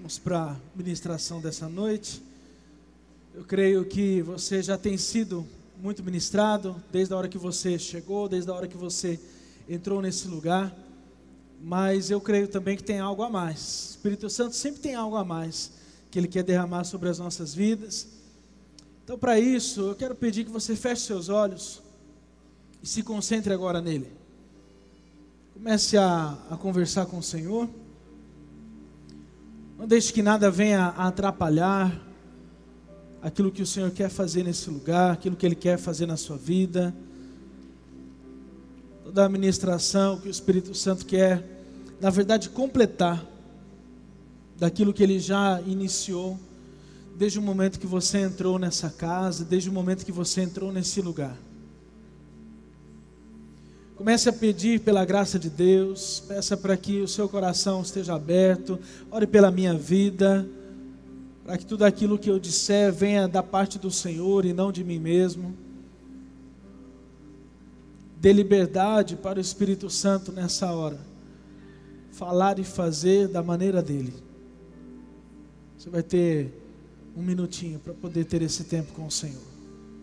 Vamos para a ministração dessa noite. Eu creio que você já tem sido muito ministrado, desde a hora que você chegou, desde a hora que você entrou nesse lugar. Mas eu creio também que tem algo a mais. O Espírito Santo sempre tem algo a mais que Ele quer derramar sobre as nossas vidas. Então, para isso, eu quero pedir que você feche seus olhos e se concentre agora nele. Comece a conversar com o Senhor. Não deixe que nada venha a atrapalhar aquilo que o Senhor quer fazer nesse lugar, aquilo que Ele quer fazer na sua vida. Toda a ministração que o Espírito Santo quer, na verdade, completar daquilo que Ele já iniciou, desde o momento que você entrou nessa casa, desde o momento que você entrou nesse lugar. Comece a pedir pela graça de Deus, peça para que o seu coração esteja aberto, ore pela minha vida, para que tudo aquilo que eu disser venha da parte do Senhor e não de mim mesmo. Dê liberdade para o Espírito Santo nessa hora, falar e fazer da maneira dele. Você vai ter um minutinho para poder ter esse tempo com o Senhor.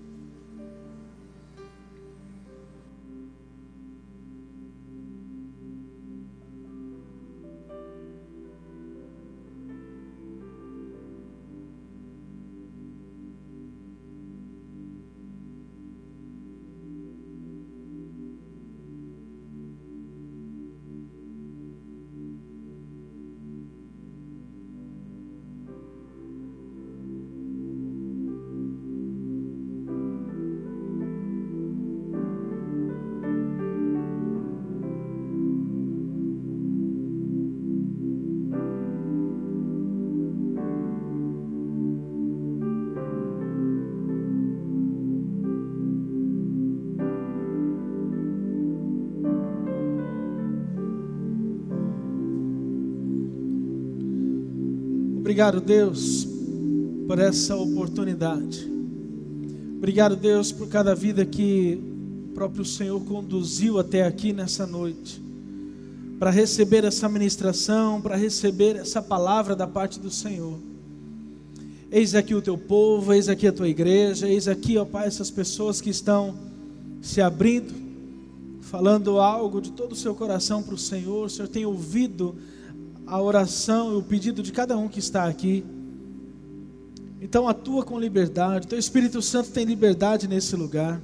Obrigado, Deus, por essa oportunidade. Obrigado, Deus, por cada vida que o próprio Senhor conduziu até aqui nessa noite, para receber essa ministração, para receber essa palavra da parte do Senhor. Eis aqui o teu povo, eis aqui a tua igreja, eis aqui, ó Pai, essas pessoas que estão se abrindo, falando algo de todo o seu coração para o Senhor. O Senhor tem ouvido a oração e o pedido de cada um que está aqui. Então atua com liberdade. Teu Espírito Santo tem liberdade nesse lugar.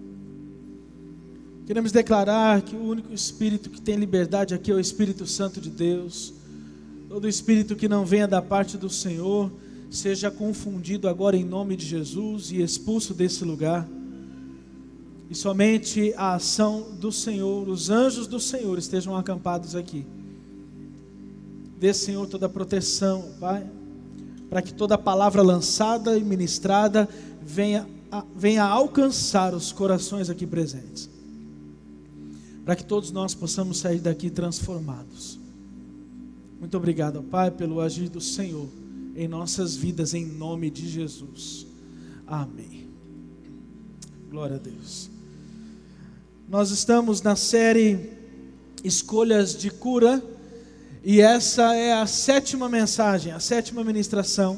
Queremos declarar que o único Espírito que tem liberdade aqui é o Espírito Santo de Deus. Todo Espírito que não venha da parte do Senhor seja confundido agora em nome de Jesus e expulso desse lugar. E somente a ação do Senhor, os anjos do Senhor estejam acampados aqui. Dê, Senhor, toda a proteção, Pai, para que toda palavra lançada e ministrada venha a alcançar os corações aqui presentes, para que todos nós possamos sair daqui transformados. Muito obrigado, Pai, pelo agir do Senhor em nossas vidas, em nome de Jesus. Amém. Glória a Deus. Nós estamos na série Escolhas de Cura. E essa é a sétima mensagem, a sétima ministração.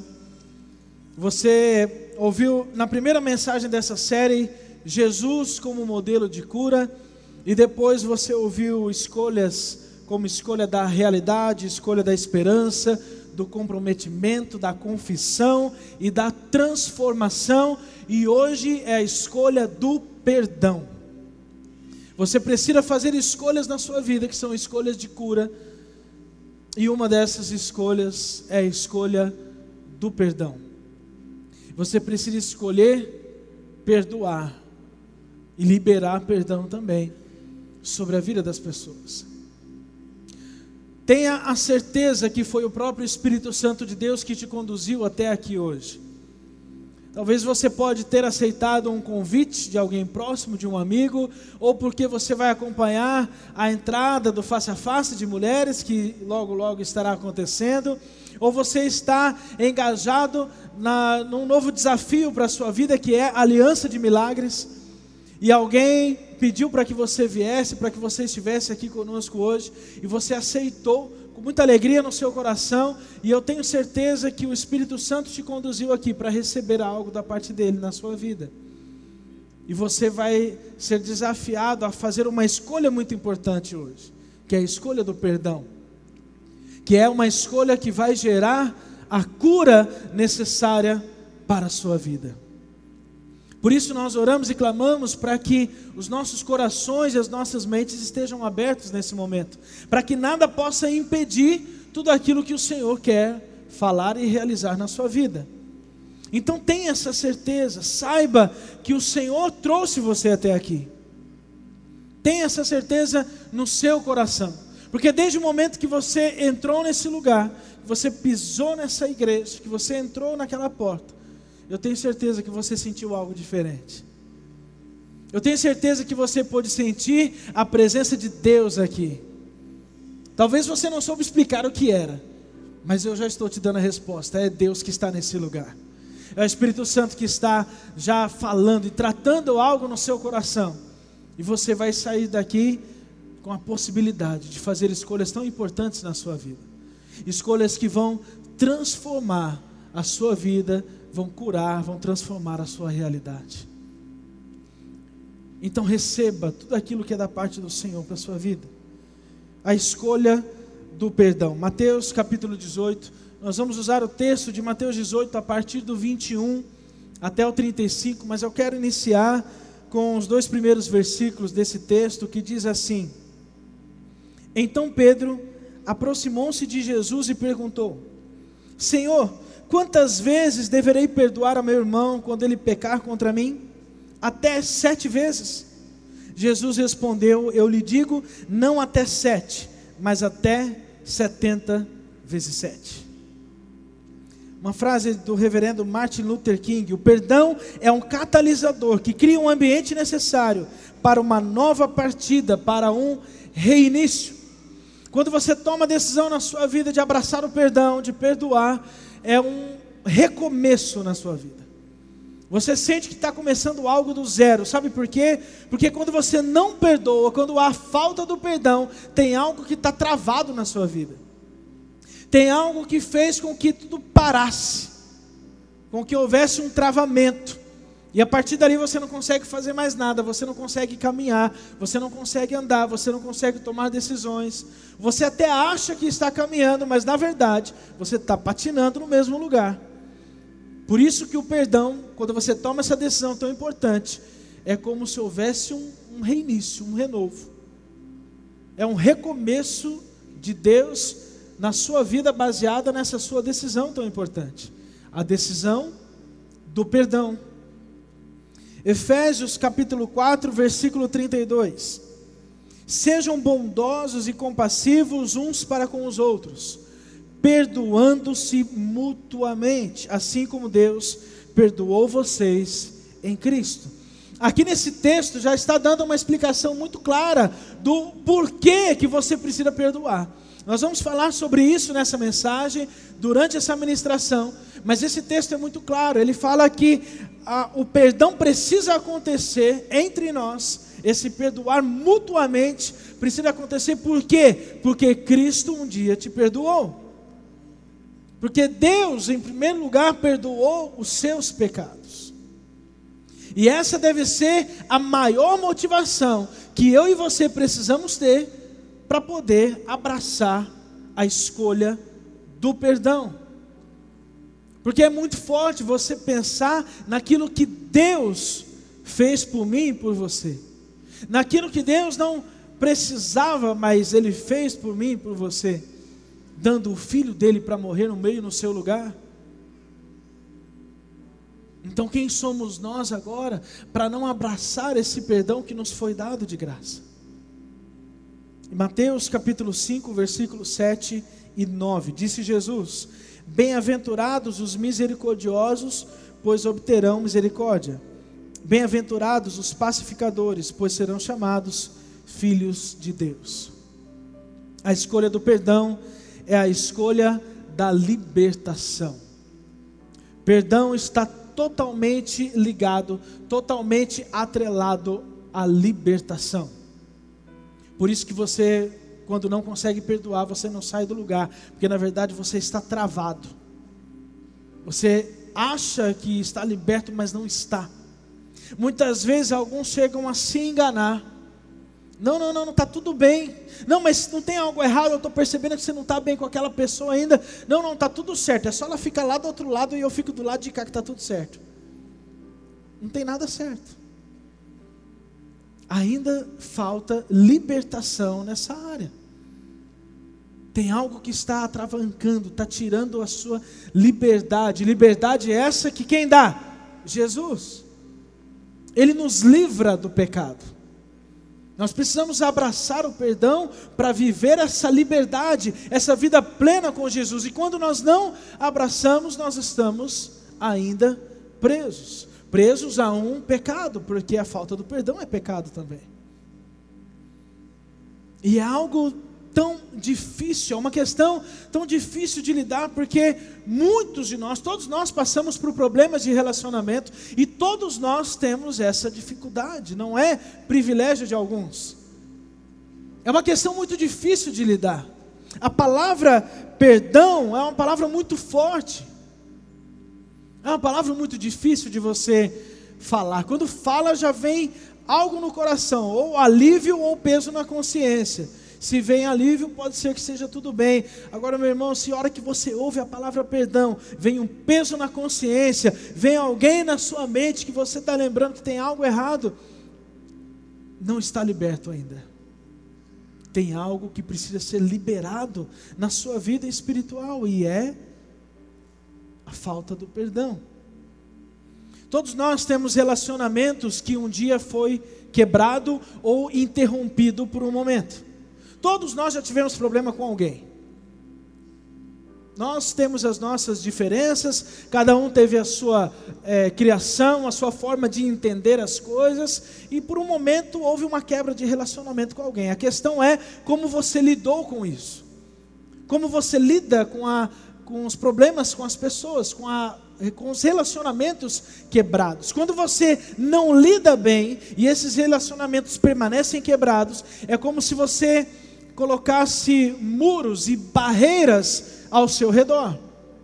Você ouviu na primeira mensagem dessa série Jesus como modelo de cura, e depois você ouviu escolhas como escolha da realidade, escolha da esperança, do comprometimento, da confissão e da transformação, e hoje é a escolha do perdão. Você precisa fazer escolhas na sua vida que são escolhas de cura. E uma dessas escolhas é a escolha do perdão. Você precisa escolher perdoar e liberar perdão também sobre a vida das pessoas. Tenha a certeza que foi o próprio Espírito Santo de Deus que te conduziu até aqui hoje. Talvez você pode ter aceitado um convite de alguém próximo, de um amigo, ou porque você vai acompanhar a entrada do Face a Face de mulheres, que logo logo estará acontecendo, ou você está engajado num novo desafio para a sua vida, que é a Aliança de Milagres, e alguém pediu para que você viesse, para que você estivesse aqui conosco hoje, e você aceitou com muita alegria no seu coração, e eu tenho certeza que o Espírito Santo te conduziu aqui para receber algo da parte dele na sua vida. E você vai ser desafiado a fazer uma escolha muito importante hoje, que é a escolha do perdão, que é uma escolha que vai gerar a cura necessária para a sua vida. Por isso nós oramos e clamamos para que os nossos corações e as nossas mentes estejam abertos nesse momento, para que nada possa impedir tudo aquilo que o Senhor quer falar e realizar na sua vida. Então tenha essa certeza, saiba que o Senhor trouxe você até aqui. Tenha essa certeza no seu coração, porque desde o momento que você entrou nesse lugar, que você pisou nessa igreja, que você entrou naquela porta, eu tenho certeza que você sentiu algo diferente. Eu tenho certeza que você pôde sentir a presença de Deus aqui. Talvez você não soube explicar o que era, mas eu já estou te dando a resposta. É Deus que está nesse lugar. É o Espírito Santo que está já falando e tratando algo no seu coração. E você vai sair daqui com a possibilidade de fazer escolhas tão importantes na sua vida. Escolhas que vão transformar a sua vida, vão curar, vão transformar a sua realidade. Então receba tudo aquilo que é da parte do Senhor para a sua vida. A escolha do perdão. Mateus capítulo 18, nós vamos usar o texto de Mateus 18 a partir do 21 até o 35, mas eu quero iniciar com os 2 primeiros versículos desse texto, que diz assim: Então Pedro aproximou-se de Jesus e perguntou: Senhor, quantas vezes deverei perdoar a meu irmão quando ele pecar contra mim? Até 7 vezes? Jesus respondeu: Eu lhe digo, não até 7, mas até 70 vezes 7. Uma frase do reverendo Martin Luther King: o perdão é um catalisador que cria um ambiente necessário para uma nova partida, para um reinício. Quando você toma a decisão na sua vida de abraçar o perdão, de perdoar, é um recomeço na sua vida. Você sente que está começando algo do zero. Sabe por quê? Porque quando você não perdoa, quando há falta do perdão, tem algo que está travado na sua vida. Tem algo que fez com que tudo parasse, com que houvesse um travamento. E a partir dali você não consegue fazer mais nada, você não consegue caminhar, você não consegue andar, você não consegue tomar decisões. Você até acha que está caminhando, mas na verdade você está patinando no mesmo lugar. Por isso que o perdão, quando você toma essa decisão tão importante, é como se houvesse um reinício, um renovo. É um recomeço de Deus na sua vida, baseada nessa sua decisão tão importante, a decisão do perdão. Efésios capítulo 4, versículo 32. Sejam bondosos e compassivos uns para com os outros, perdoando-se mutuamente, assim como Deus perdoou vocês em Cristo. Aqui nesse texto já está dando uma explicação muito clara do porquê que você precisa perdoar. Nós vamos falar sobre isso nessa mensagem, durante essa ministração, mas esse texto é muito claro. Ele fala que o perdão precisa acontecer entre nós, esse perdoar mutuamente precisa acontecer. Por quê? Porque Cristo um dia te perdoou. Porque Deus, em primeiro lugar, perdoou os seus pecados. E essa deve ser a maior motivação que eu e você precisamos ter para poder abraçar a escolha do perdão. Porque é muito forte você pensar naquilo que Deus fez por mim e por você, naquilo que Deus não precisava, mas Ele fez por mim e por você, dando o Filho dele para morrer no seu lugar. Então quem somos nós agora para não abraçar esse perdão que nos foi dado de graça? Em Mateus capítulo 5, versículos 7 e 9, disse Jesus: Bem-aventurados os misericordiosos, pois obterão misericórdia. Bem-aventurados os pacificadores, pois serão chamados filhos de Deus. A escolha do perdão é a escolha da libertação. Perdão está totalmente ligado, totalmente atrelado à libertação. Por isso que você quando não consegue perdoar, você não sai do lugar, porque na verdade você está travado. Você acha que está liberto, mas não está. Muitas vezes alguns chegam a se enganar. Não, está tudo bem. Não, mas não tem algo errado, eu estou percebendo que você não está bem com aquela pessoa ainda. Não, está tudo certo, é só ela ficar lá do outro lado e eu fico do lado de cá que está tudo certo. Não tem nada certo. Ainda falta libertação nessa área. Tem algo que está atravancando, está tirando a sua liberdade. Liberdade essa que quem dá? Jesus. Ele nos livra do pecado. Nós precisamos abraçar o perdão para viver essa liberdade, essa vida plena com Jesus. E quando nós não abraçamos, nós estamos ainda presos. Presos a um pecado, porque a falta do perdão é pecado também. E é algo tão difícil, é uma questão tão difícil de lidar, porque muitos de nós, todos nós passamos por problemas de relacionamento, e todos nós temos essa dificuldade, não é privilégio de alguns. É uma questão muito difícil de lidar. A palavra perdão é uma palavra muito forte. É uma palavra muito difícil de você falar. Quando fala já vem algo no coração, ou alívio ou peso na consciência. Se vem alívio, pode ser que seja tudo bem. Agora, meu irmão, se a hora que você ouve a palavra perdão, vem um peso na consciência, vem alguém na sua mente que você está lembrando que tem algo errado, não está liberto ainda. Tem algo que precisa ser liberado na sua vida espiritual, e é a falta do perdão. Todos nós temos relacionamentos que um dia foi quebrado ou interrompido por um momento. Todos nós já tivemos problema com alguém. Nós temos as nossas diferenças, cada um teve a sua criação, a sua forma de entender as coisas, e por um momento houve uma quebra de relacionamento com alguém. A questão é como você lidou com isso. Como você lida com os problemas com as pessoas, com os relacionamentos quebrados. Quando você não lida bem, e esses relacionamentos permanecem quebrados, é como se você colocasse muros e barreiras ao seu redor.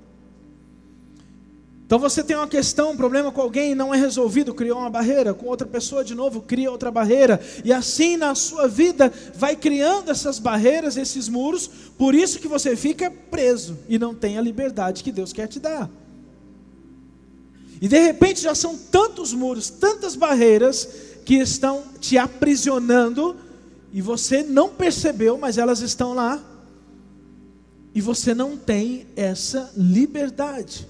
Então você tem uma questão, um problema com alguém e não é resolvido, criou uma barreira, com outra pessoa de novo cria outra barreira, e assim na sua vida vai criando essas barreiras, esses muros, por isso que você fica preso e não tem a liberdade que Deus quer te dar. E de repente já são tantos muros, tantas barreiras que estão te aprisionando, e você não percebeu, mas elas estão lá, e você não tem essa liberdade.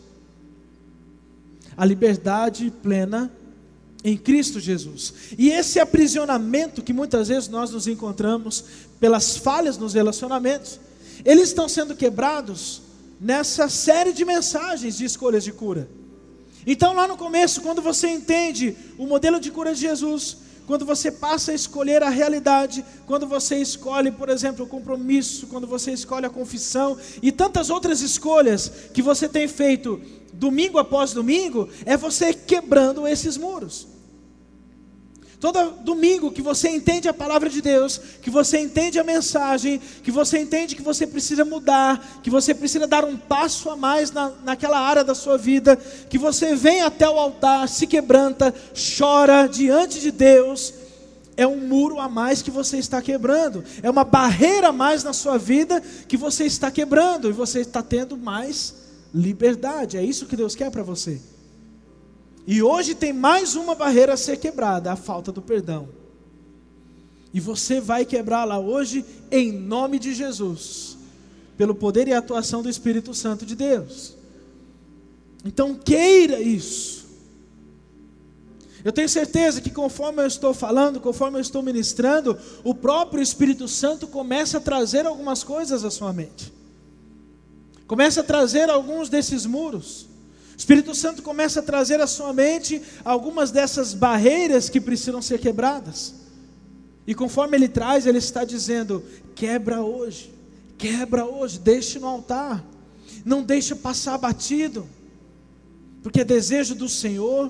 A liberdade plena em Cristo Jesus. E esse aprisionamento que muitas vezes nós nos encontramos pelas falhas nos relacionamentos, eles estão sendo quebrados nessa série de mensagens de escolhas de cura. Então lá no começo, quando você entende o modelo de cura de Jesus, quando você passa a escolher a realidade, quando você escolhe, por exemplo, o compromisso, quando você escolhe a confissão e tantas outras escolhas que você tem feito domingo após domingo, é você quebrando esses muros. Todo domingo que você entende a palavra de Deus, que você entende a mensagem, que você entende que você precisa mudar, que você precisa dar um passo a mais naquela área da sua vida, que você vem até o altar, se quebranta, chora diante de Deus, é um muro a mais que você está quebrando, é uma barreira a mais na sua vida que você está quebrando, e você está tendo mais liberdade. É isso que Deus quer para você. E hoje tem mais uma barreira a ser quebrada, a falta do perdão. E você vai quebrá-la hoje em nome de Jesus, pelo poder e atuação do Espírito Santo de Deus. Então queira isso. Eu tenho certeza que conforme eu estou falando, conforme eu estou ministrando, o próprio Espírito Santo começa a trazer algumas coisas à sua mente. Começa a trazer alguns desses muros. O Espírito Santo começa a trazer à sua mente algumas dessas barreiras que precisam ser quebradas. E conforme Ele traz, Ele está dizendo: quebra hoje, deixe no altar, não deixe passar batido, porque é desejo do Senhor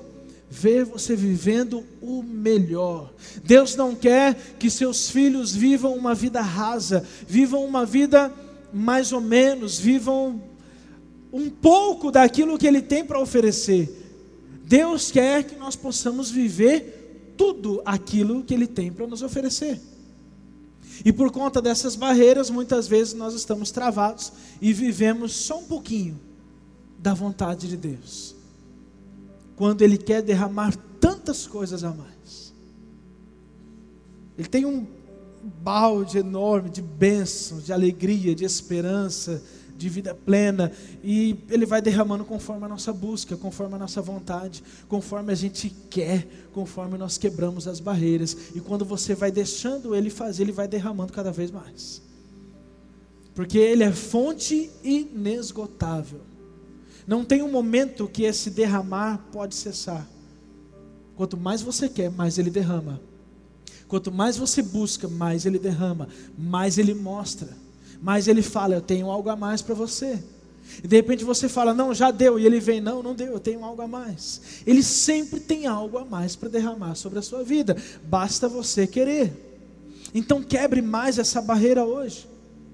ver você vivendo o melhor. Deus não quer que seus filhos vivam uma vida rasa, vivam uma vida mais ou menos, vivam um pouco daquilo que Ele tem para oferecer. Deus quer que nós possamos viver tudo aquilo que Ele tem para nos oferecer. E por conta dessas barreiras, muitas vezes nós estamos travados e vivemos só um pouquinho da vontade de Deus, quando Ele quer derramar tantas coisas a mais. Ele tem um balde enorme de bênçãos, de alegria, de esperança, de vida plena, e Ele vai derramando conforme a nossa busca, conforme a nossa vontade, conforme a gente quer, conforme nós quebramos as barreiras. E quando você vai deixando Ele fazer, Ele vai derramando cada vez mais, porque Ele é fonte inesgotável. Não tem um momento que esse derramar pode cessar. Quanto mais você quer, mais Ele derrama. Quanto mais você busca, mais Ele derrama, mais Ele mostra, mais Ele fala: eu tenho algo a mais para você. E de repente você fala: não, já deu. E Ele vem: não deu, eu tenho algo a mais. Ele sempre tem algo a mais para derramar sobre a sua vida, basta você querer. Então quebre mais essa barreira hoje.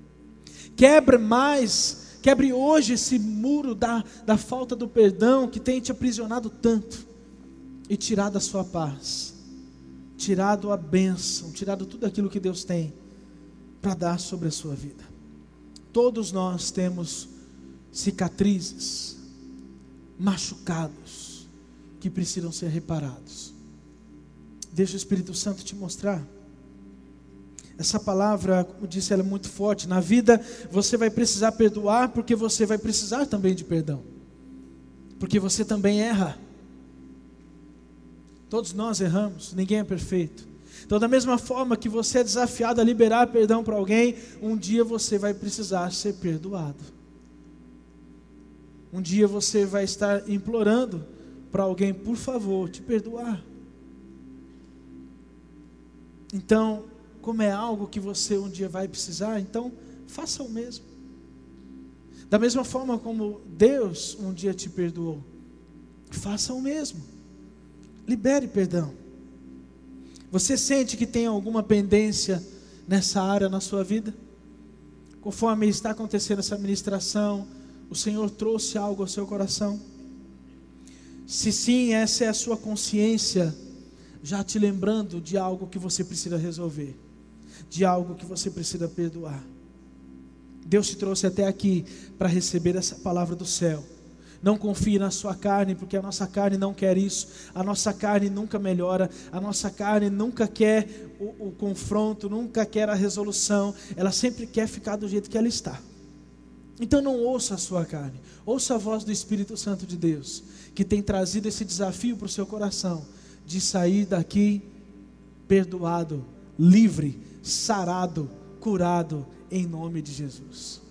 Quebre hoje esse muro da falta do perdão que tem te aprisionado tanto, e tirado a sua paz, tirado a bênção, tirado tudo aquilo que Deus tem para dar sobre a sua vida. Todos nós temos cicatrizes, machucados, que precisam ser reparados. Deixa o Espírito Santo te mostrar. Essa palavra, como disse, ela é muito forte. Na vida você vai precisar perdoar, porque você vai precisar também de perdão, porque você também erra. Todos nós erramos, ninguém é perfeito. Então, da mesma forma que você é desafiado a liberar perdão para alguém, um dia você vai precisar ser perdoado. Um dia você vai estar implorando para alguém: por favor, te perdoar. Então, como é algo que você um dia vai precisar, então faça o mesmo. Da mesma forma como Deus um dia te perdoou, faça o mesmo. Libere perdão. Você sente que tem alguma pendência nessa área na sua vida? Conforme está acontecendo essa ministração, o Senhor trouxe algo ao seu coração? Se sim, essa é a sua consciência já te lembrando de algo que você precisa resolver, de algo que você precisa perdoar. Deus te trouxe até aqui para receber essa palavra do céu. Não confie na sua carne, porque a nossa carne não quer isso. A nossa carne nunca melhora. A nossa carne nunca quer o confronto, nunca quer a resolução. Ela sempre quer ficar do jeito que ela está. Então não ouça a sua carne, ouça a voz do Espírito Santo de Deus, que tem trazido esse desafio para o seu coração, de sair daqui perdoado, livre, sarado, curado, em nome de Jesus.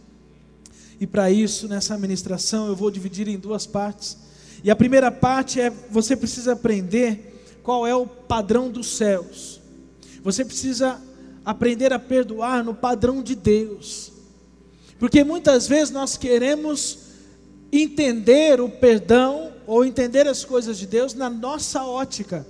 E para isso, nessa ministração, eu vou dividir em duas partes. E a primeira parte é: você precisa aprender qual é o padrão dos céus. Você precisa aprender a perdoar no padrão de Deus. Porque muitas vezes nós queremos entender o perdão, ou entender as coisas de Deus na nossa ótica,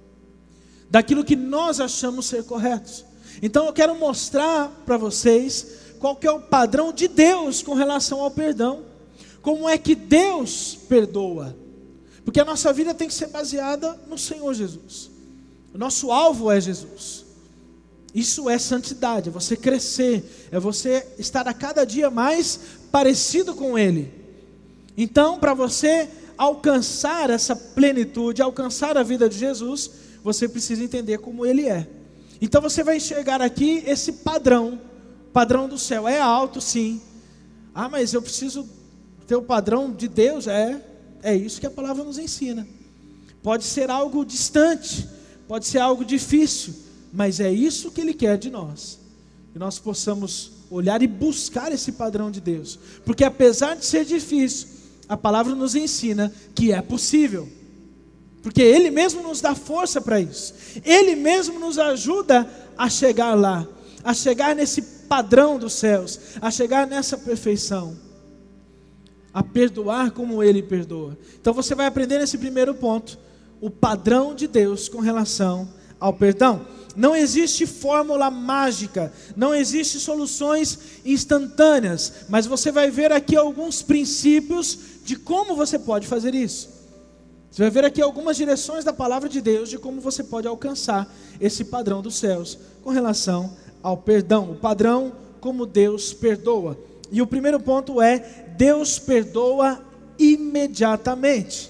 daquilo que nós achamos ser corretos. Então eu quero mostrar para vocês qual que é o padrão de Deus com relação ao perdão. Como é que Deus perdoa? Porque a nossa vida tem que ser baseada no Senhor Jesus. O nosso alvo é Jesus. Isso é santidade, é você crescer, é você estar a cada dia mais parecido com Ele. Então, para você alcançar essa plenitude, alcançar a vida de Jesus, você precisa entender como Ele é. Então você vai enxergar aqui esse padrão do céu. É alto, sim. Ah, mas eu preciso ter o padrão de Deus. É isso que a palavra nos ensina. Pode ser algo distante, pode ser algo difícil, mas é isso que Ele quer de nós. Que nós possamos olhar e buscar esse padrão de Deus. Porque apesar de ser difícil, a palavra nos ensina que é possível. Porque Ele mesmo nos dá força para isso. Ele mesmo nos ajuda a chegar lá, a chegar nesse padrão dos céus, a chegar nessa perfeição, a perdoar como Ele perdoa. Então você vai aprender nesse primeiro ponto o padrão de Deus com relação ao perdão. Não existe fórmula mágica, não existe soluções instantâneas, mas você vai ver aqui alguns princípios de como você pode fazer isso. Você vai ver aqui algumas direções da palavra de Deus de como você pode alcançar esse padrão dos céus com relação ao perdão, o padrão como Deus perdoa. E o primeiro ponto é: Deus perdoa imediatamente.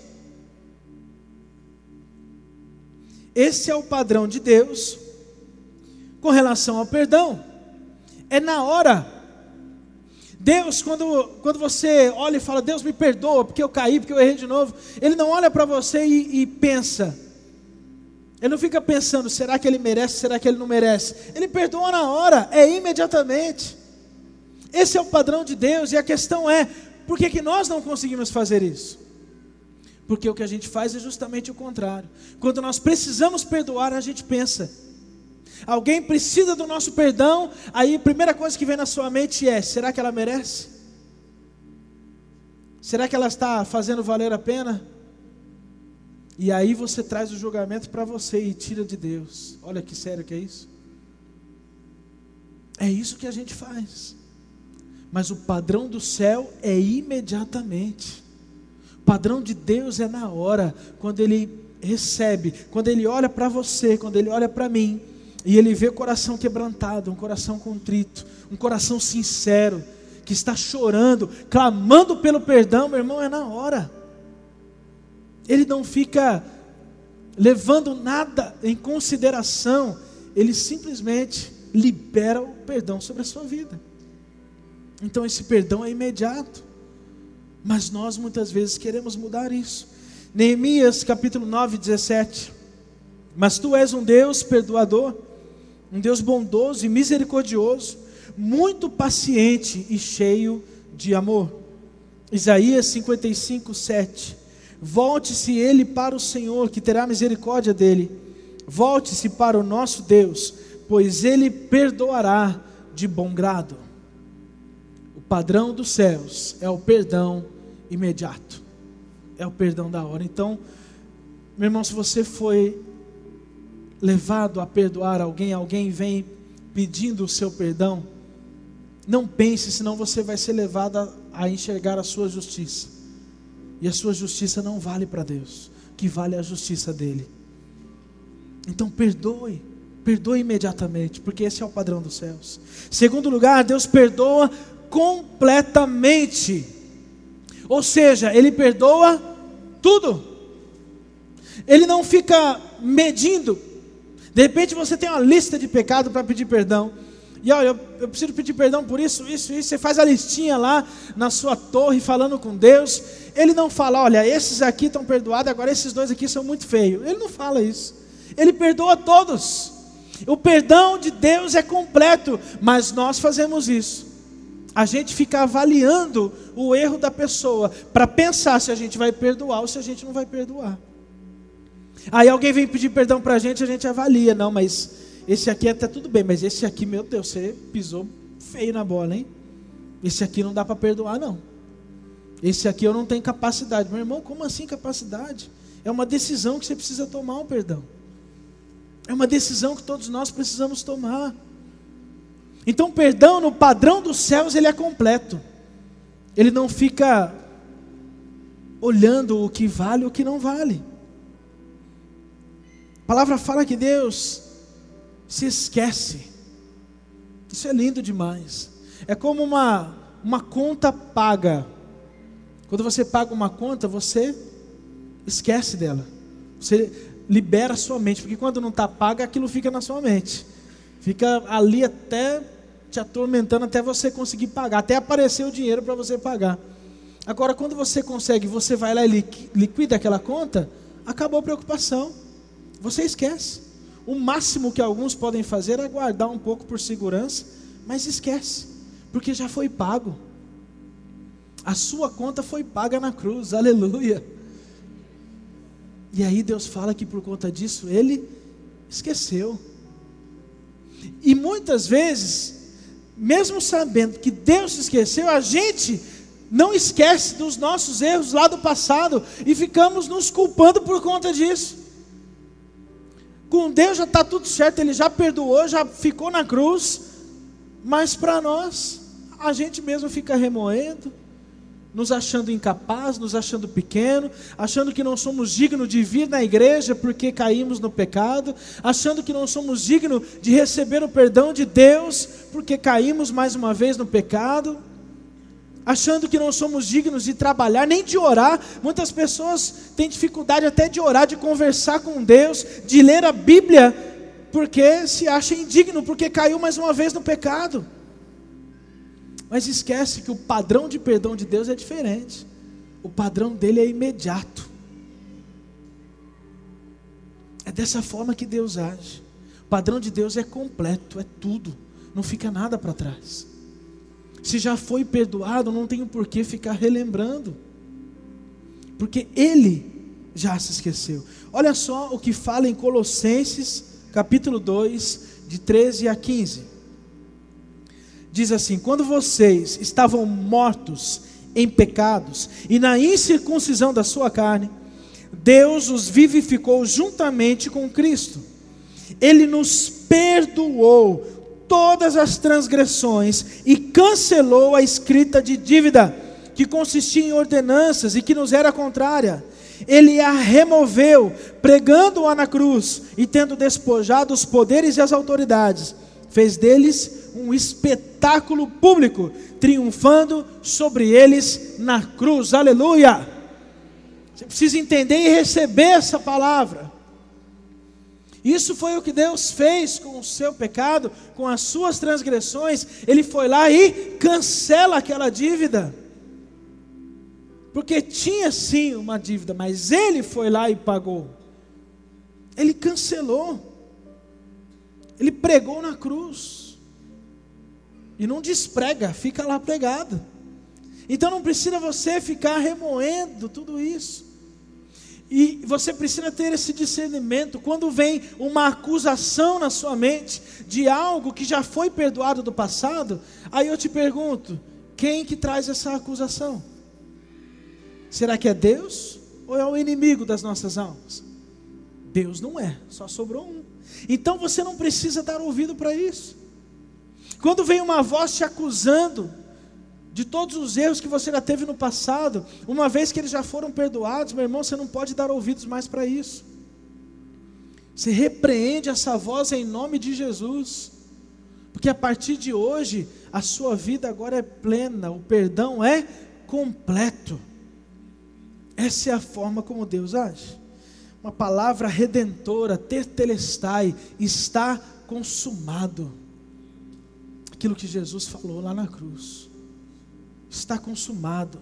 Esse é o padrão de Deus com relação ao perdão. É na hora. Deus, quando você olha e fala: Deus me perdoa porque eu caí, porque eu errei de novo, Ele não olha para você e pensa. Ele não fica pensando: será que ele merece, será que ele não merece? Ele perdoa na hora, é imediatamente. Esse é o padrão de Deus. E a questão é: por que nós não conseguimos fazer isso? Porque o que a gente faz é justamente o contrário. Quando nós precisamos perdoar, a gente pensa: alguém precisa do nosso perdão, aí a primeira coisa que vem na sua mente é: será que ela merece? Será que ela está fazendo valer a pena? E aí você traz o julgamento para você e tira de Deus. Olha que sério que é isso. É isso que a gente faz. Mas o padrão do céu é imediatamente. O padrão de Deus é na hora, quando Ele recebe, quando Ele olha para você, quando Ele olha para mim, e Ele vê o coração quebrantado, um coração contrito, um coração sincero, que está chorando, clamando pelo perdão, meu irmão, é na hora. Ele não fica levando nada em consideração, Ele simplesmente libera o perdão sobre a sua vida. Então esse perdão é imediato, mas nós muitas vezes queremos mudar isso. Neemias capítulo 9, 17: mas tu és um Deus perdoador, um Deus bondoso e misericordioso, muito paciente e cheio de amor. Isaías 55, 7: volte-se ele para o Senhor, que terá misericórdia dele. Volte-se para o nosso Deus, pois Ele perdoará de bom grado. O padrão dos céus é o perdão imediato, é o perdão da hora. Então, meu irmão, se você foi levado a perdoar alguém vem pedindo o seu perdão, não pense, senão você vai ser levado a enxergar a sua justiça, e a sua justiça não vale para Deus, o que vale é a justiça dele. Então perdoe imediatamente, porque esse é o padrão dos céus. Segundo lugar, Deus perdoa completamente, ou seja, Ele perdoa tudo. Ele não fica medindo. De repente você tem uma lista de pecado para pedir perdão, e olha, eu preciso pedir perdão por isso, você faz a listinha lá na sua torre falando com Deus. Ele não fala: olha, esses aqui estão perdoados, agora esses dois aqui são muito feios. Ele não fala isso. Ele perdoa todos. O perdão de Deus é completo, mas nós fazemos isso. A gente fica avaliando o erro da pessoa para pensar se a gente vai perdoar ou se a gente não vai perdoar. Aí alguém vem pedir perdão para a gente avalia: não, mas esse aqui até tudo bem, mas esse aqui, meu Deus, você pisou feio na bola, hein? Esse aqui não dá para perdoar, não. Esse aqui eu não tenho capacidade. Meu irmão, como assim capacidade? É uma decisão que você precisa tomar, o perdão. É uma decisão que todos nós precisamos tomar. Então o perdão no padrão dos céus, ele é completo. Ele não fica olhando o que vale e o que não vale. A palavra fala que Deus se esquece. Isso é lindo demais. É como uma conta paga. Quando você paga uma conta, você esquece dela. Você libera a sua mente, porque quando não está paga, aquilo fica na sua mente. Fica ali até te atormentando, até você conseguir pagar, até aparecer o dinheiro para você pagar. Agora, quando você consegue, você vai lá e liquida aquela conta, acabou a preocupação. Você esquece. O máximo que alguns podem fazer é guardar um pouco por segurança, mas esquece, porque já foi pago. A sua conta foi paga na cruz, aleluia. E aí Deus fala que por conta disso Ele esqueceu. E muitas vezes, mesmo sabendo que Deus se esqueceu, a gente não esquece dos nossos erros lá do passado e ficamos nos culpando por conta disso. Com Deus já está tudo certo, Ele já perdoou, já ficou na cruz. Mas para nós, a gente mesmo fica remoendo, nos achando incapaz, nos achando pequeno, achando que não somos dignos de vir na igreja porque caímos no pecado, achando que não somos dignos de receber o perdão de Deus porque caímos mais uma vez no pecado, achando que não somos dignos de trabalhar, nem de orar. Muitas pessoas têm dificuldade até de orar, de conversar com Deus, de ler a Bíblia, porque se acha indigno, porque caiu mais uma vez no pecado. Mas esquece que o padrão de perdão de Deus é diferente. O padrão dele é imediato. É dessa forma que Deus age. O padrão de Deus é completo, é tudo. Não fica nada para trás. Se já foi perdoado, não tem por que ficar relembrando. Porque Ele já se esqueceu. Olha só o que fala em Colossenses, capítulo 2, de 13 a 15. Diz assim: quando vocês estavam mortos em pecados e na incircuncisão da sua carne, Deus os vivificou juntamente com Cristo. Ele nos perdoou todas as transgressões e cancelou a escrita de dívida que consistia em ordenanças e que nos era contrária. Ele a removeu, pregando-a na cruz, e tendo despojado os poderes e as autoridades, fez deles um espetáculo público, triunfando sobre eles na cruz. Aleluia! Você precisa entender e receber essa palavra. Isso foi o que Deus fez com o seu pecado, com as suas transgressões. Ele foi lá e cancela aquela dívida, porque tinha sim uma dívida, mas Ele foi lá e pagou. Ele cancelou. Ele pregou na cruz. E não desprega, fica lá pregado. Então não precisa você ficar remoendo tudo isso. E você precisa ter esse discernimento. Quando vem uma acusação na sua mente de algo que já foi perdoado do passado, aí eu te pergunto: quem que traz essa acusação? Será que é Deus ou é o inimigo das nossas almas? Deus não é, só sobrou um. Então você não precisa dar ouvido para isso. Quando vem uma voz te acusando de todos os erros que você já teve no passado, uma vez que eles já foram perdoados, meu irmão, você não pode dar ouvidos mais para isso. Você repreende essa voz em nome de Jesus, porque a partir de hoje, a sua vida agora é plena, o perdão é completo. Essa é a forma como Deus age. Uma palavra redentora, tetelestai, está consumado. Aquilo que Jesus falou lá na cruz, está consumado.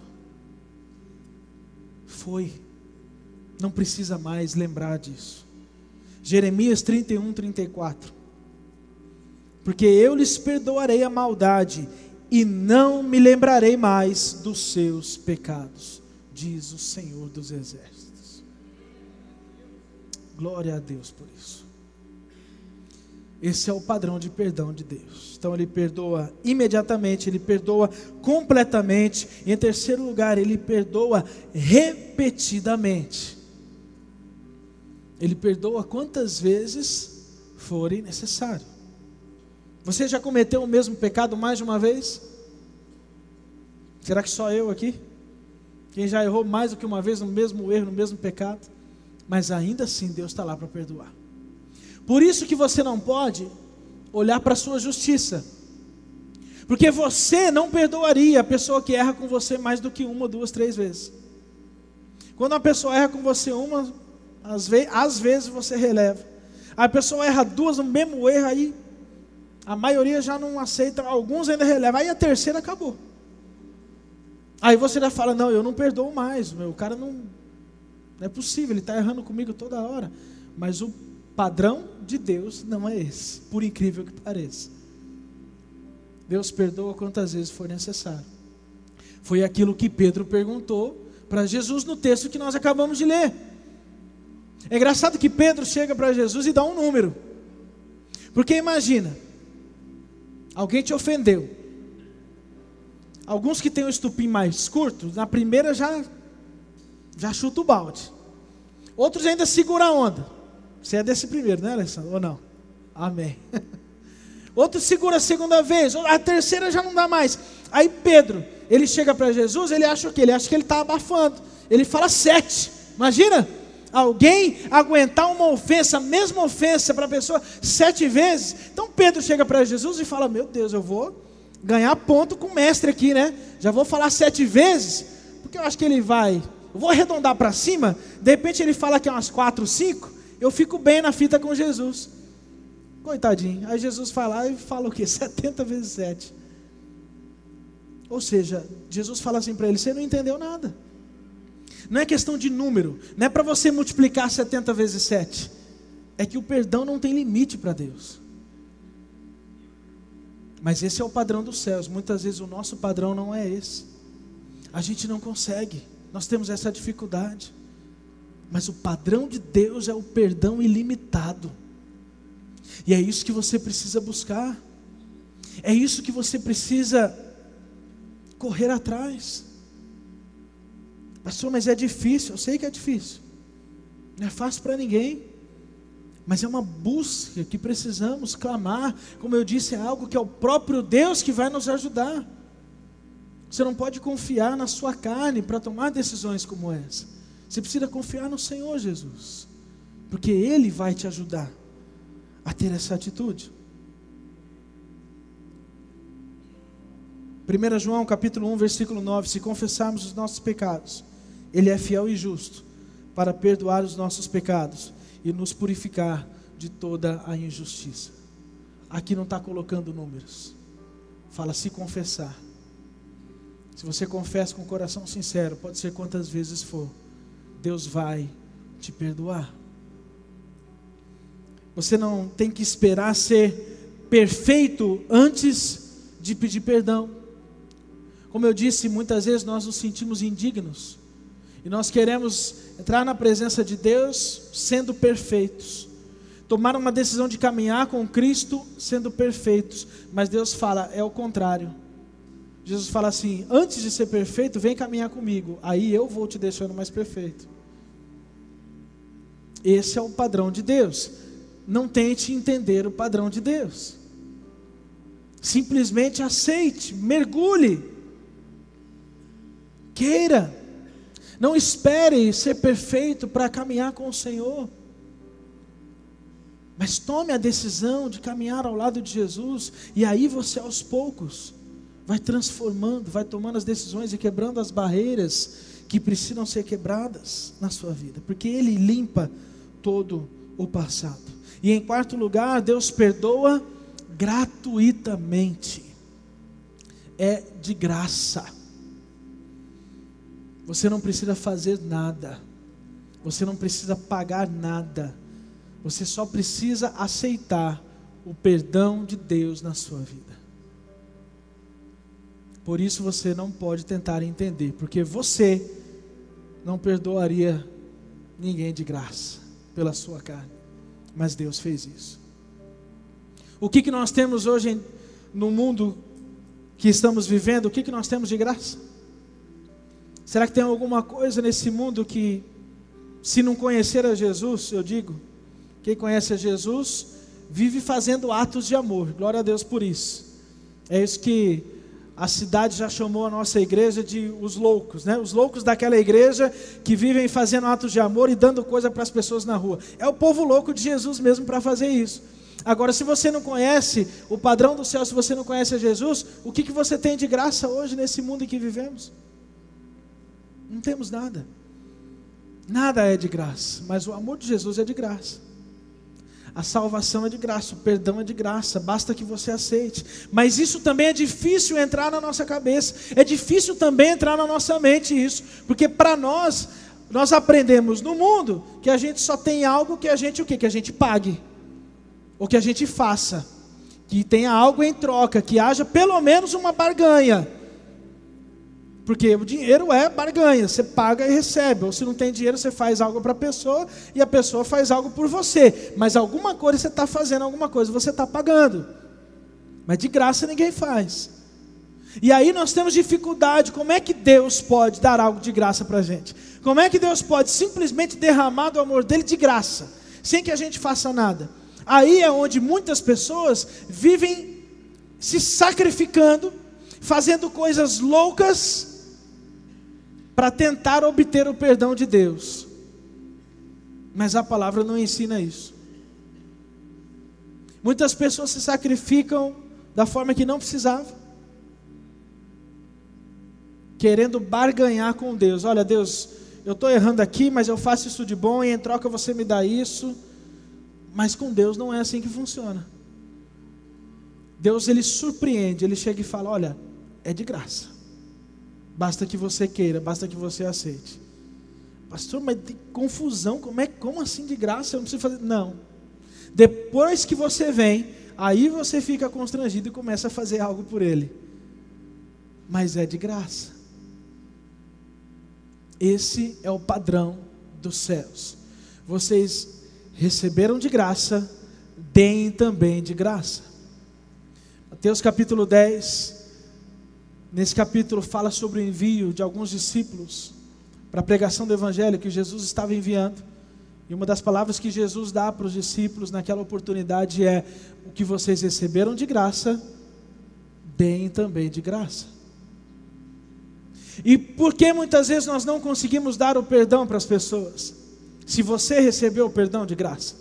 Foi, não precisa mais lembrar disso. Jeremias 31, 34. Porque eu lhes perdoarei a maldade e não me lembrarei mais dos seus pecados, diz o Senhor dos Exércitos. Glória a Deus por isso. Esse é o padrão de perdão de Deus. Então Ele perdoa imediatamente, Ele perdoa completamente. E em terceiro lugar, Ele perdoa repetidamente. Ele perdoa quantas vezes forem necessário. Você já cometeu o mesmo pecado mais de uma vez? Será que só eu aqui? Quem já errou mais do que uma vez no mesmo erro, no mesmo pecado? Mas ainda assim Deus está lá para perdoar. Por isso que você não pode olhar para a sua justiça, porque você não perdoaria a pessoa que erra com você mais do que uma, duas, três vezes. Quando uma pessoa erra com você uma, às vezes você releva. A pessoa erra duas no mesmo erro, aí a maioria já não aceita, alguns ainda relevam, aí a terceira acabou. Aí você já fala: não, eu não perdoo mais, o cara não é possível, ele está errando comigo toda hora. Mas o padrão de Deus não é esse, por incrível que pareça. Deus perdoa quantas vezes for necessário. Foi aquilo que Pedro perguntou para Jesus no texto que nós acabamos de ler. É engraçado que Pedro chega para Jesus e dá um número. Porque imagina, alguém te ofendeu. Alguns que têm o estupim mais curto, na primeira já chuta o balde. Outros ainda seguram a onda. Você é desse primeiro, né, Alessandro? Ou não? Amém. Outro segura a segunda vez, a terceira já não dá mais. Aí Pedro, ele chega para Jesus, ele acha o quê? Ele acha que ele está abafando. Ele fala 7. Imagina, alguém aguentar uma ofensa, a mesma ofensa para a pessoa 7 vezes. Então Pedro chega para Jesus e fala: meu Deus, eu vou ganhar ponto com o mestre aqui, né? Já vou falar 7 vezes, porque eu acho que ele vai, eu vou arredondar para cima. De repente ele fala que é umas 4, 5, eu fico bem na fita com Jesus. Coitadinho. Aí Jesus fala e fala o quê? 70 vezes 7. Ou seja, Jesus fala assim para ele: você não entendeu nada. Não é questão de número, não é para você multiplicar 70 vezes 7. É que o perdão não tem limite para Deus. Mas esse é o padrão dos céus. Muitas vezes o nosso padrão não é esse. A gente não consegue, nós temos essa dificuldade. Mas o padrão de Deus é o perdão ilimitado. E é isso que você precisa buscar. É isso que você precisa correr atrás. Pastor, mas é difícil. Eu sei que é difícil. Não é fácil para ninguém. Mas é uma busca que precisamos clamar. Como eu disse, é algo que é o próprio Deus que vai nos ajudar. Você não pode confiar na sua carne para tomar decisões como essa. Você precisa confiar no Senhor Jesus, porque Ele vai te ajudar a ter essa atitude. 1 João capítulo 1 versículo 9: se confessarmos os nossos pecados, Ele é fiel e justo para perdoar os nossos pecados e nos purificar de toda a injustiça. Aqui não está colocando números, fala se confessar. Se você confessa com o coração sincero, pode ser quantas vezes for, Deus vai te perdoar. Você não tem que esperar ser perfeito antes de pedir perdão. Como eu disse, muitas vezes nós nos sentimos indignos e nós queremos entrar na presença de Deus sendo perfeitos, tomar uma decisão de caminhar com Cristo sendo perfeitos. Mas Deus fala, é o contrário. Jesus fala assim: antes de ser perfeito, vem caminhar comigo, aí eu vou te deixando mais perfeito. Esse é o padrão de Deus. Não tente entender o padrão de Deus. Simplesmente aceite, mergulhe, queira. Não espere ser perfeito para caminhar com o Senhor, mas tome a decisão de caminhar ao lado de Jesus, e aí você aos poucos vai transformando, vai tomando as decisões e quebrando as barreiras que precisam ser quebradas na sua vida, porque Ele limpa todo o passado. E em quarto lugar, Deus perdoa gratuitamente. É de graça. Você não precisa fazer nada. Você não precisa pagar nada. Você só precisa aceitar o perdão de Deus na sua vida. Por isso você não pode tentar entender, porque você não perdoaria ninguém de graça pela sua carne. Mas Deus fez isso. O que nós temos hoje no mundo que estamos vivendo? O que nós temos de graça? Será que tem alguma coisa nesse mundo que, se não conhecer a Jesus, eu digo, quem conhece a Jesus vive fazendo atos de amor. Glória a Deus por isso. É isso que a cidade já chamou a nossa igreja de os loucos, né? Os loucos daquela igreja que vivem fazendo atos de amor e dando coisa para as pessoas na rua. É o povo louco de Jesus mesmo para fazer isso. Agora, se você não conhece o padrão do céu, se você não conhece a Jesus, o que você tem de graça hoje nesse mundo em que vivemos? Não temos nada. Nada é de graça, mas o amor de Jesus é de graça. A salvação é de graça, o perdão é de graça, basta que você aceite. Mas isso também é difícil entrar na nossa cabeça, é difícil também entrar na nossa mente isso, porque para nós aprendemos no mundo que a gente só tem algo que a gente, o quê? Que a gente pague, ou que a gente faça, que tenha algo em troca, que haja pelo menos uma barganha. Porque o dinheiro é barganha, você paga e recebe. Ou se não tem dinheiro, você faz algo para a pessoa e a pessoa faz algo por você. Mas alguma coisa você está fazendo, alguma coisa você está pagando. Mas de graça ninguém faz. E aí nós temos dificuldade. Como é que Deus pode dar algo de graça para a gente? Como é que Deus pode simplesmente derramar do amor dele de graça? sem que a gente faça nada. Aí é onde muitas pessoas vivem se sacrificando, fazendo coisas loucas para tentar obter o perdão de Deus. Mas a palavra não ensina isso. Muitas pessoas se sacrificam da forma que não precisavam, querendo barganhar com Deus. Olha, Deus, eu estou errando aqui, mas eu faço isso de bom, e em troca você me dá isso. Mas com Deus não é assim que funciona. Deus, Ele surpreende, Ele chega e fala: olha, é de graça, basta que você queira, basta que você aceite. Pastor, mas tem confusão, como assim de graça? Eu não preciso fazer. Não, depois que você vem, aí você fica constrangido e começa a fazer algo por Ele. Mas é de graça. Esse é o padrão dos céus. Vocês receberam de graça, deem também de graça. Mateus capítulo 10, nesse capítulo fala sobre o envio de alguns discípulos para a pregação do evangelho que Jesus estava enviando. E uma das palavras que Jesus dá para os discípulos naquela oportunidade é: o que vocês receberam de graça, deem também de graça. E por que muitas vezes nós não conseguimos dar o perdão para as pessoas? Se você recebeu o perdão de graça,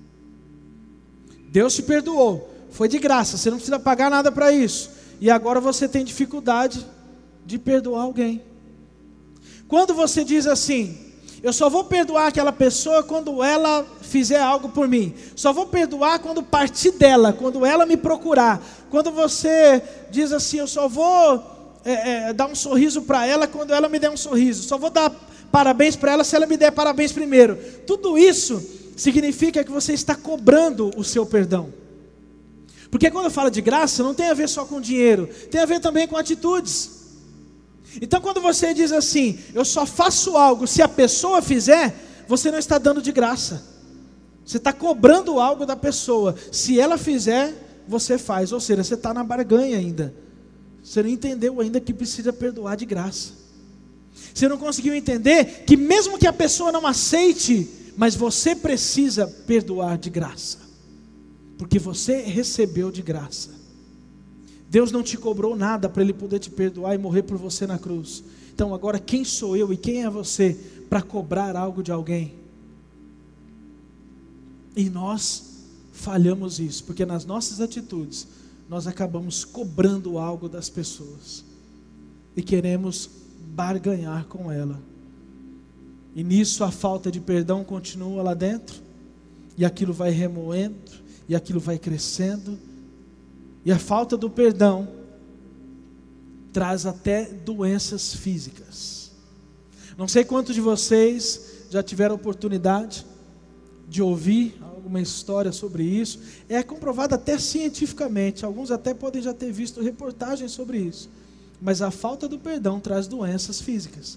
Deus te perdoou, foi de graça, você não precisa pagar nada para isso, e agora você tem dificuldade de perdoar alguém. Quando você diz assim: eu só vou perdoar aquela pessoa quando ela fizer algo por mim, só vou perdoar quando partir dela, quando ela me procurar. Quando você diz assim: eu só vou dar um sorriso para ela quando ela me der um sorriso, só vou dar parabéns para ela se ela me der parabéns primeiro. Tudo isso significa que você está cobrando o seu perdão. Porque quando fala de graça, não tem a ver só com dinheiro, tem a ver também com atitudes. Então quando você diz assim: eu só faço algo se a pessoa fizer, você não está dando de graça, você está cobrando algo da pessoa. Se ela fizer, você faz, ou seja, você está na barganha ainda. Você não entendeu ainda que precisa perdoar de graça. Você não conseguiu entender que mesmo que a pessoa não aceite, mas você precisa perdoar de graça, porque você recebeu de graça. Deus não te cobrou nada para Ele poder te perdoar e morrer por você na cruz. Então agora, quem sou eu e quem é você para cobrar algo de alguém? E nós falhamos isso, porque nas nossas atitudes nós acabamos cobrando algo das pessoas e queremos barganhar com ela. E nisso a falta de perdão continua lá dentro, e aquilo vai remoendo, e aquilo vai crescendo. E a falta do perdão traz até doenças físicas. Não sei quantos de vocês já tiveram oportunidade de ouvir alguma história sobre isso. É comprovado até cientificamente, alguns até podem já ter visto reportagens sobre isso. Mas a falta do perdão traz doenças físicas.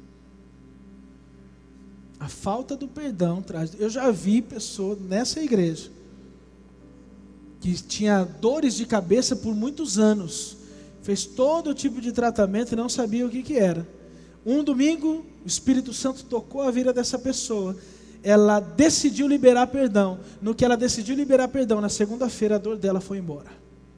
A falta do perdão traz... Eu já vi pessoa nessa igreja que tinha dores de cabeça por muitos anos, fez todo tipo de tratamento e não sabia o que era. Um domingo, o Espírito Santo tocou a vida dessa pessoa, ela decidiu liberar perdão. No que ela decidiu liberar perdão, na segunda-feira a dor dela foi embora.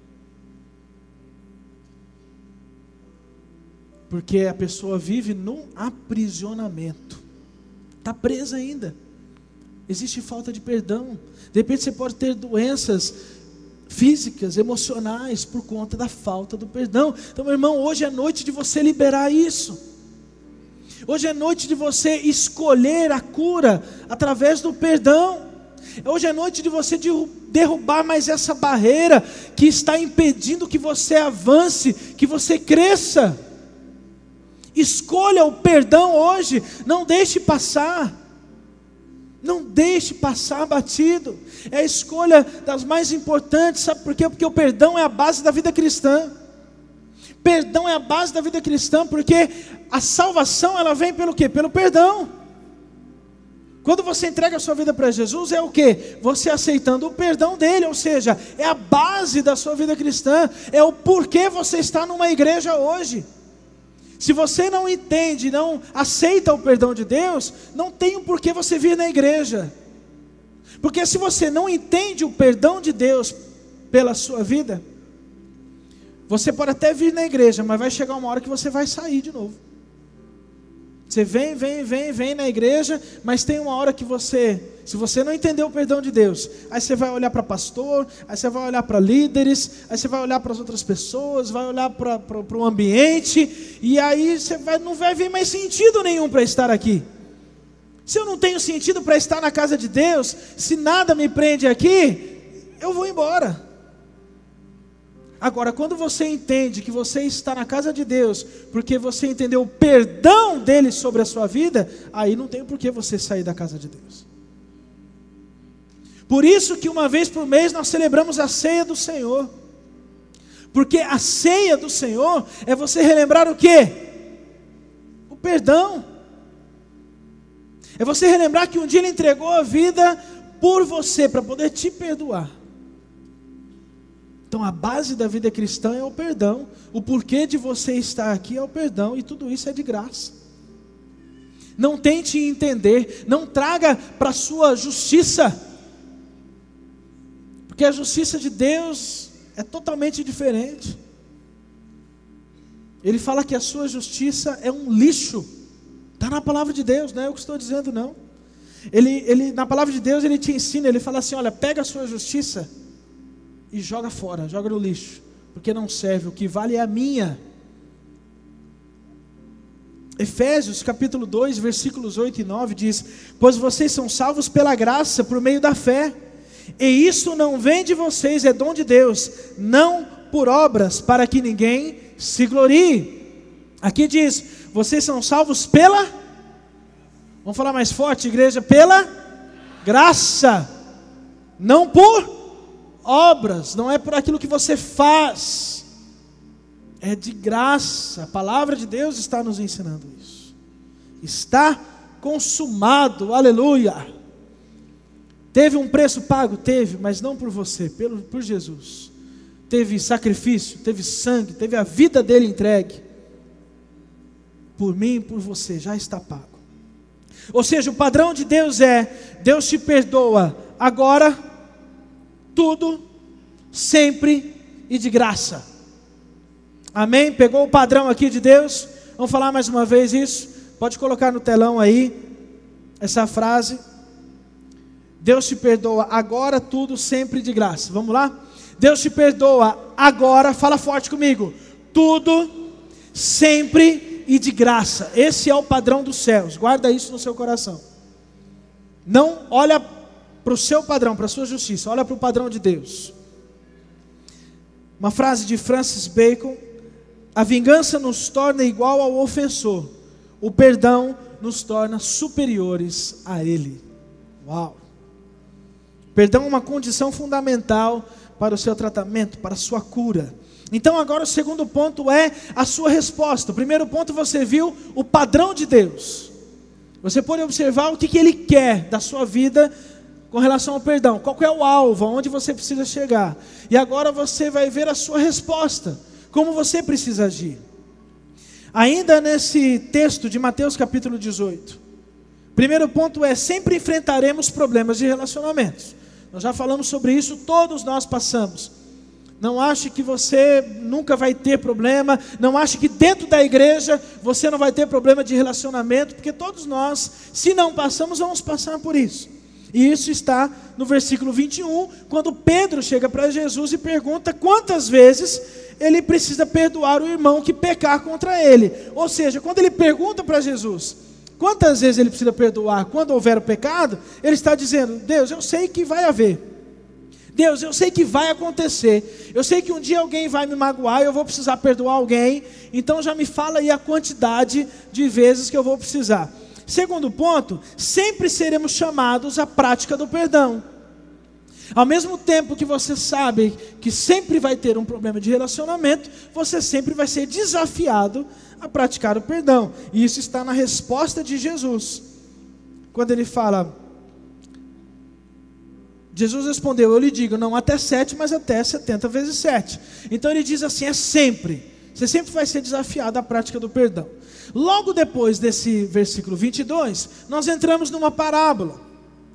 Porque a pessoa vive num aprisionamento, está presa ainda. Existe falta de perdão. De repente você pode ter doenças físicas, emocionais, por conta da falta do perdão. Então, meu irmão, hoje é noite de você liberar isso. Hoje é noite de você escolher a cura através do perdão. Hoje é noite de você derrubar mais essa barreira que está impedindo que você avance, que você cresça. Escolha o perdão hoje, não deixe passar. Não deixe passar batido. É a escolha das mais importantes. Sabe por quê? Porque o perdão é a base da vida cristã. Perdão é a base da vida cristã, porque a salvação ela vem pelo quê? Pelo perdão. Quando você entrega a sua vida para Jesus, é o quê? Você aceitando o perdão dele, ou seja, é a base da sua vida cristã. É o porquê você está numa igreja hoje. Se você não entende, não aceita o perdão de Deus, não tem o porquê você vir na igreja. Porque se você não entende o perdão de Deus pela sua vida, você pode até vir na igreja, mas vai chegar uma hora que você vai sair de novo. Você vem na igreja, mas tem uma hora que se você não entender o perdão de Deus, aí você vai olhar para pastor, aí você vai olhar para líderes, aí você vai olhar para as outras pessoas, vai olhar para o ambiente, e aí não vai ver mais sentido nenhum para estar aqui. Se eu não tenho sentido para estar na casa de Deus, se nada me prende aqui, eu vou embora. Agora, quando você entende que você está na casa de Deus, porque você entendeu o perdão dele sobre a sua vida, aí não tem por que você sair da casa de Deus. Por isso que uma vez por mês nós celebramos a ceia do Senhor. Porque a ceia do Senhor é você relembrar o quê? O perdão. É você relembrar que um dia Ele entregou a vida por você, para poder te perdoar. Então a base da vida cristã é o perdão. O porquê de você estar aqui é o perdão, e tudo isso é de graça. Não tente entender, não traga para a sua justiça, porque a justiça de Deus é totalmente diferente. Ele fala que a sua justiça é um lixo. Está na palavra de Deus, não é eu que estou dizendo não. Ele, na palavra de Deus, ele te ensina, ele fala assim, olha, pega a sua justiça e joga fora, joga no lixo, porque não serve, o que vale é a minha. Efésios capítulo 2, versículos 8 e 9 diz: pois vocês são salvos pela graça, por meio da fé, e isso não vem de vocês, é dom de Deus, não por obras, para que ninguém se glorie. Aqui diz, vocês são salvos pela, vamos falar mais forte, igreja, pela graça, não por obras, não é por aquilo que você faz, é de graça. A palavra de Deus está nos ensinando isso. Está consumado, aleluia. Teve um preço pago? Teve, mas não por você, por Jesus. Teve sacrifício, teve sangue, teve a vida dele entregue. Por mim e por você, já está pago. Ou seja, o padrão de Deus é, Deus te perdoa agora, tudo, sempre e de graça. Amém? Pegou o padrão aqui de Deus? Vamos falar mais uma vez isso? Pode colocar no telão aí essa frase. Deus te perdoa agora, tudo, sempre de graça. Vamos lá? Deus te perdoa agora, fala forte comigo, tudo, sempre e de graça. Esse é o padrão dos céus. Guarda isso no seu coração. Não olha para o seu padrão, para a sua justiça, olha para o padrão de Deus. Uma frase de Francis Bacon: a vingança nos torna igual ao ofensor, o perdão nos torna superiores a ele. Uau! Perdão é uma condição fundamental para o seu tratamento, para a sua cura. Então agora o segundo ponto é a sua resposta. O primeiro ponto, você viu o padrão de Deus. Você pode observar o que Ele quer da sua vida com relação ao perdão, qual é o alvo, aonde você precisa chegar. E agora você vai ver a sua resposta, como você precisa agir. Ainda nesse texto de Mateus capítulo 18, primeiro ponto é, sempre enfrentaremos problemas de relacionamentos. Nós já falamos sobre isso, todos nós passamos. Não ache que você nunca vai ter problema, não ache que dentro da igreja você não vai ter problema de relacionamento, porque todos nós, se não passamos, vamos passar por isso. E isso está no versículo 21, quando Pedro chega para Jesus e pergunta quantas vezes ele precisa perdoar o irmão que pecar contra ele. Ou seja, quando ele pergunta para Jesus quantas vezes ele precisa perdoar quando houver o pecado, ele está dizendo, Deus, eu sei que vai haver. Deus, eu sei que vai acontecer. Eu sei que um dia alguém vai me magoar e eu vou precisar perdoar alguém. Então já me fala aí a quantidade de vezes que eu vou precisar. Segundo ponto, sempre seremos chamados à prática do perdão. Ao mesmo tempo que você sabe que sempre vai ter um problema de relacionamento, você sempre vai ser desafiado a praticar o perdão. E isso está na resposta de Jesus. Quando ele fala, Jesus respondeu, eu lhe digo, não até 7, mas até 70 vezes 7. Então ele diz assim, é sempre. Você sempre vai ser desafiado à prática do perdão. Logo depois desse versículo 22, nós entramos numa parábola.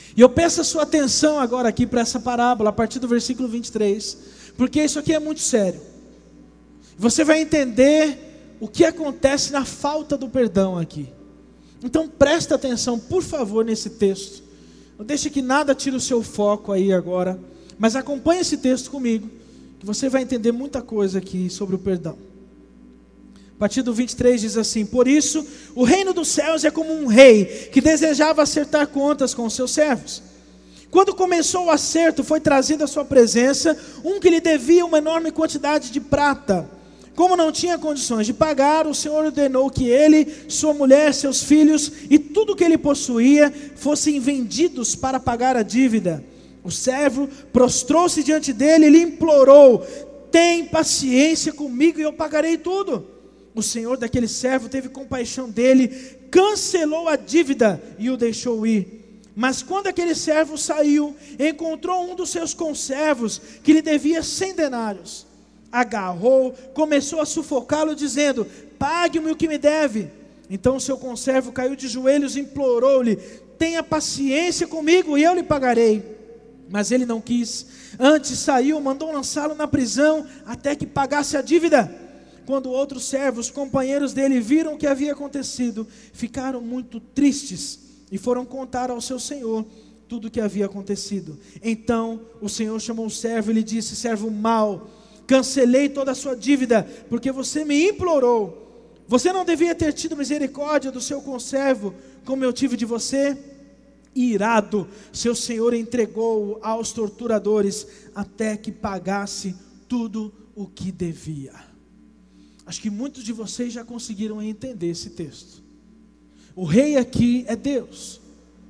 E eu peço a sua atenção agora aqui para essa parábola, a partir do versículo 23, porque isso aqui é muito sério. Você vai entender o que acontece na falta do perdão aqui. Então presta atenção, por favor, nesse texto. Não deixe que nada tire o seu foco aí agora, mas acompanhe esse texto comigo, que você vai entender muita coisa aqui sobre o perdão. A partir do 23 diz assim: por isso, o reino dos céus é como um rei que desejava acertar contas com os seus servos. Quando começou o acerto, foi trazido à sua presença um que lhe devia uma enorme quantidade de prata. Como não tinha condições de pagar, o Senhor ordenou que ele, sua mulher, seus filhos e tudo que ele possuía fossem vendidos para pagar a dívida. O servo prostrou-se diante dele e lhe implorou: tem paciência comigo e eu pagarei tudo. O senhor daquele servo teve compaixão dele, cancelou a dívida e o deixou ir. Mas quando aquele servo saiu, encontrou um dos seus conservos que lhe devia 100 denários. Agarrou, começou a sufocá-lo dizendo: pague-me o que me deve. Então o seu conservo caiu de joelhos e implorou-lhe: tenha paciência comigo e eu lhe pagarei. Mas ele não quis. Antes saiu, mandou lançá-lo na prisão até que pagasse a dívida. Quando outros servos, companheiros dele, viram o que havia acontecido, ficaram muito tristes e foram contar ao seu senhor tudo o que havia acontecido. Então o senhor chamou o servo e lhe disse: servo mau, cancelei toda a sua dívida, porque você me implorou. Você não devia ter tido misericórdia do seu conservo, como eu tive de você? Irado, seu senhor entregou-o aos torturadores, até que pagasse tudo o que devia. Acho que muitos de vocês já conseguiram entender esse texto. O rei aqui é Deus.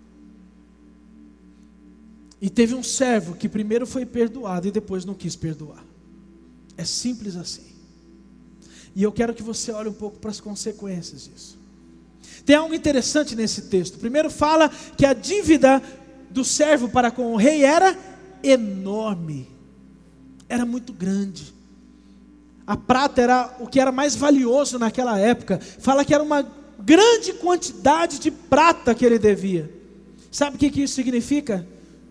E teve um servo que primeiro foi perdoado e depois não quis perdoar. É simples assim. E eu quero que você olhe um pouco para as consequências disso. Tem algo interessante nesse texto. Primeiro fala que a dívida do servo para com o rei era enorme. Era muito grande. A prata era o que era mais valioso naquela época. Fala que era uma grande quantidade de prata que ele devia. Sabe o que isso significa?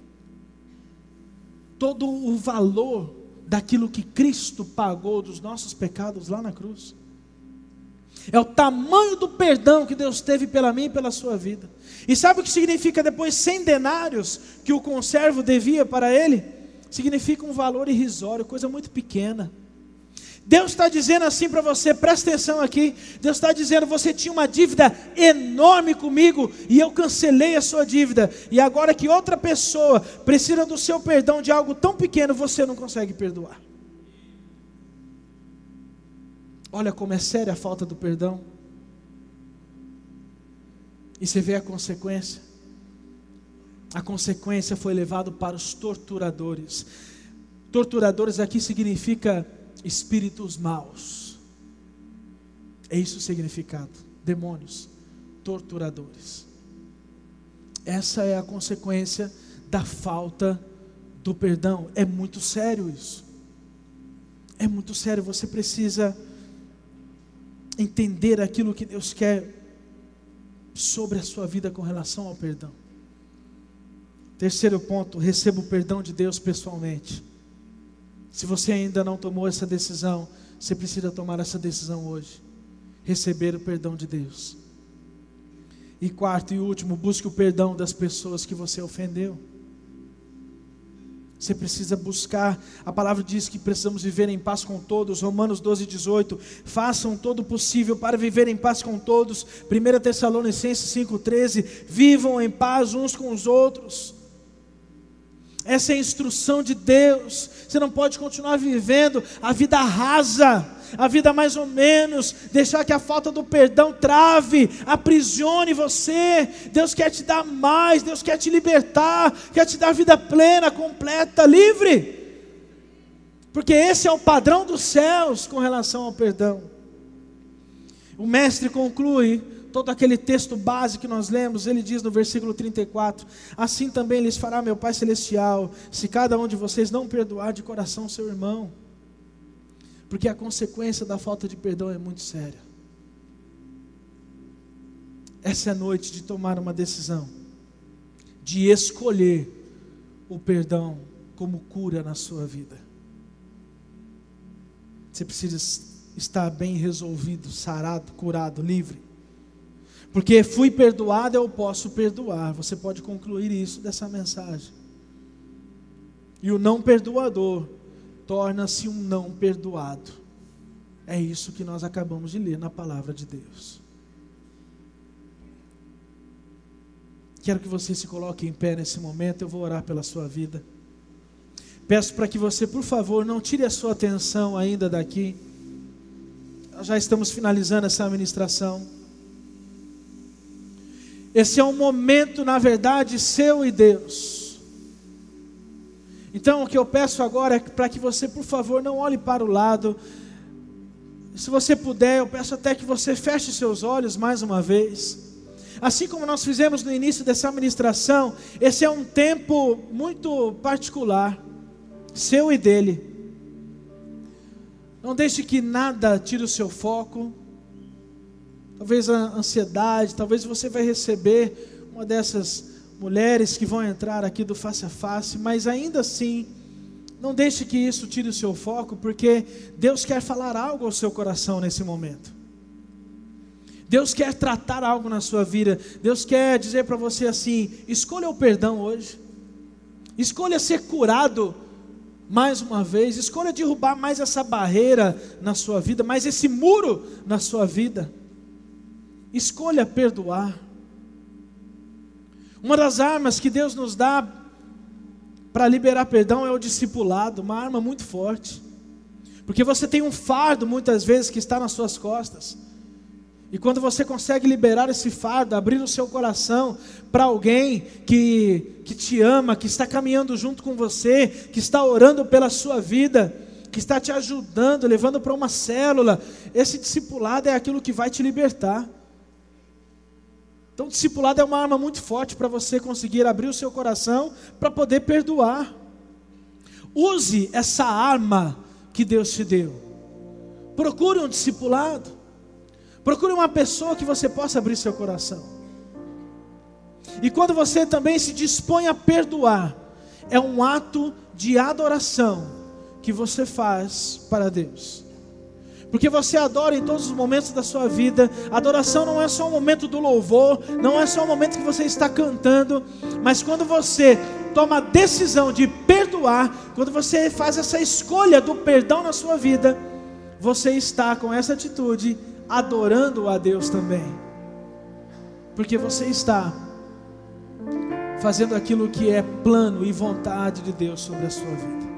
Todo o valor daquilo que Cristo pagou dos nossos pecados lá na cruz. É o tamanho do perdão que Deus teve pela mim e pela sua vida. E sabe o que significa depois 100 denários que o conservo devia para ele? Significa um valor irrisório, coisa muito pequena. Deus está dizendo assim para você, presta atenção aqui. Deus está dizendo: você tinha uma dívida enorme comigo e eu cancelei a sua dívida. E agora que outra pessoa precisa do seu perdão de algo tão pequeno, você não consegue perdoar. Olha como é séria a falta do perdão. E você vê a consequência. A consequência foi levado para os torturadores. Torturadores aqui significa espíritos maus. É isso o significado. Demônios, torturadores. Essa é a consequência da falta do perdão. É muito sério isso. É muito sério. Você precisa entender aquilo que Deus quer sobre a sua vida com relação ao perdão. Terceiro ponto: receba o perdão de Deus pessoalmente. Se você ainda não tomou essa decisão, você precisa tomar essa decisão hoje. Receber o perdão de Deus. E quarto e último, busque o perdão das pessoas que você ofendeu. Você precisa buscar. A palavra diz que precisamos viver em paz com todos. Romanos 12:18. Façam todo o possível para viver em paz com todos. 1 Tessalonicenses 5:13. Vivam em paz uns com os outros. Essa é a instrução de Deus. Você não pode continuar vivendo a vida rasa, a vida mais ou menos, deixar que a falta do perdão trave, aprisione você. Deus quer te dar mais, Deus quer te libertar, quer te dar vida plena, completa, livre. Porque esse é o padrão dos céus com relação ao perdão. O mestre conclui todo aquele texto base que nós lemos. Ele diz no versículo 34: assim também lhes fará meu Pai Celestial, se cada um de vocês não perdoar de coração seu irmão. Porque a consequência da falta de perdão é muito séria. Essa é a noite de tomar uma decisão. de escolher o perdão como cura na sua vida. Você precisa estar bem resolvido, sarado, curado, livre. Porque fui perdoado, eu posso perdoar. Você pode concluir isso dessa mensagem. E o não perdoador torna-se um não perdoado. É isso que nós acabamos de ler na palavra de Deus. Quero que você se coloque em pé nesse momento. Eu vou orar pela sua vida. Peço para que você, por favor, não tire a sua atenção ainda daqui. Nós já estamos finalizando essa ministração. Esse é um momento, na verdade, seu e Deus. Então, o que eu peço agora é para que você, por favor, não olhe para o lado. Se você puder, eu peço até que você feche seus olhos mais uma vez. Assim como nós fizemos no início dessa ministração, esse é um tempo muito particular, seu e dele. Não deixe que nada tire o seu foco. Talvez a ansiedade, talvez você vai receber uma dessas mulheres que vão entrar aqui do face a face, mas ainda assim, não deixe que isso tire o seu foco, porque Deus quer falar algo ao seu coração nesse momento. Deus quer tratar algo na sua vida. Deus quer dizer para você assim: escolha o perdão hoje. Escolha ser curado mais uma vez. Escolha derrubar mais essa barreira na sua vida, mais esse muro na sua vida. Escolha perdoar. Uma das armas que Deus nos dá para liberar perdão é o discipulado, uma arma muito forte. Porque você tem um fardo muitas vezes que está nas suas costas. E quando você consegue liberar esse fardo, abrir o seu coração para alguém que te ama, que está caminhando junto com você, que está orando pela sua vida, que está te ajudando, levando para uma célula, esse discipulado é aquilo que vai te libertar. Então o discipulado é uma arma muito forte para você conseguir abrir o seu coração para poder perdoar. Use essa arma que Deus te deu. Procure um discipulado. Procure uma pessoa que você possa abrir seu coração. E quando você também se dispõe a perdoar, é um ato de adoração que você faz para Deus. Porque você adora em todos os momentos da sua vida. Adoração não é só o momento do louvor, não é só o momento que você está cantando, mas quando você toma a decisão de perdoar, quando você faz essa escolha do perdão na sua vida, você está com essa atitude adorando a Deus também, porque você está fazendo aquilo que é plano e vontade de Deus sobre a sua vida.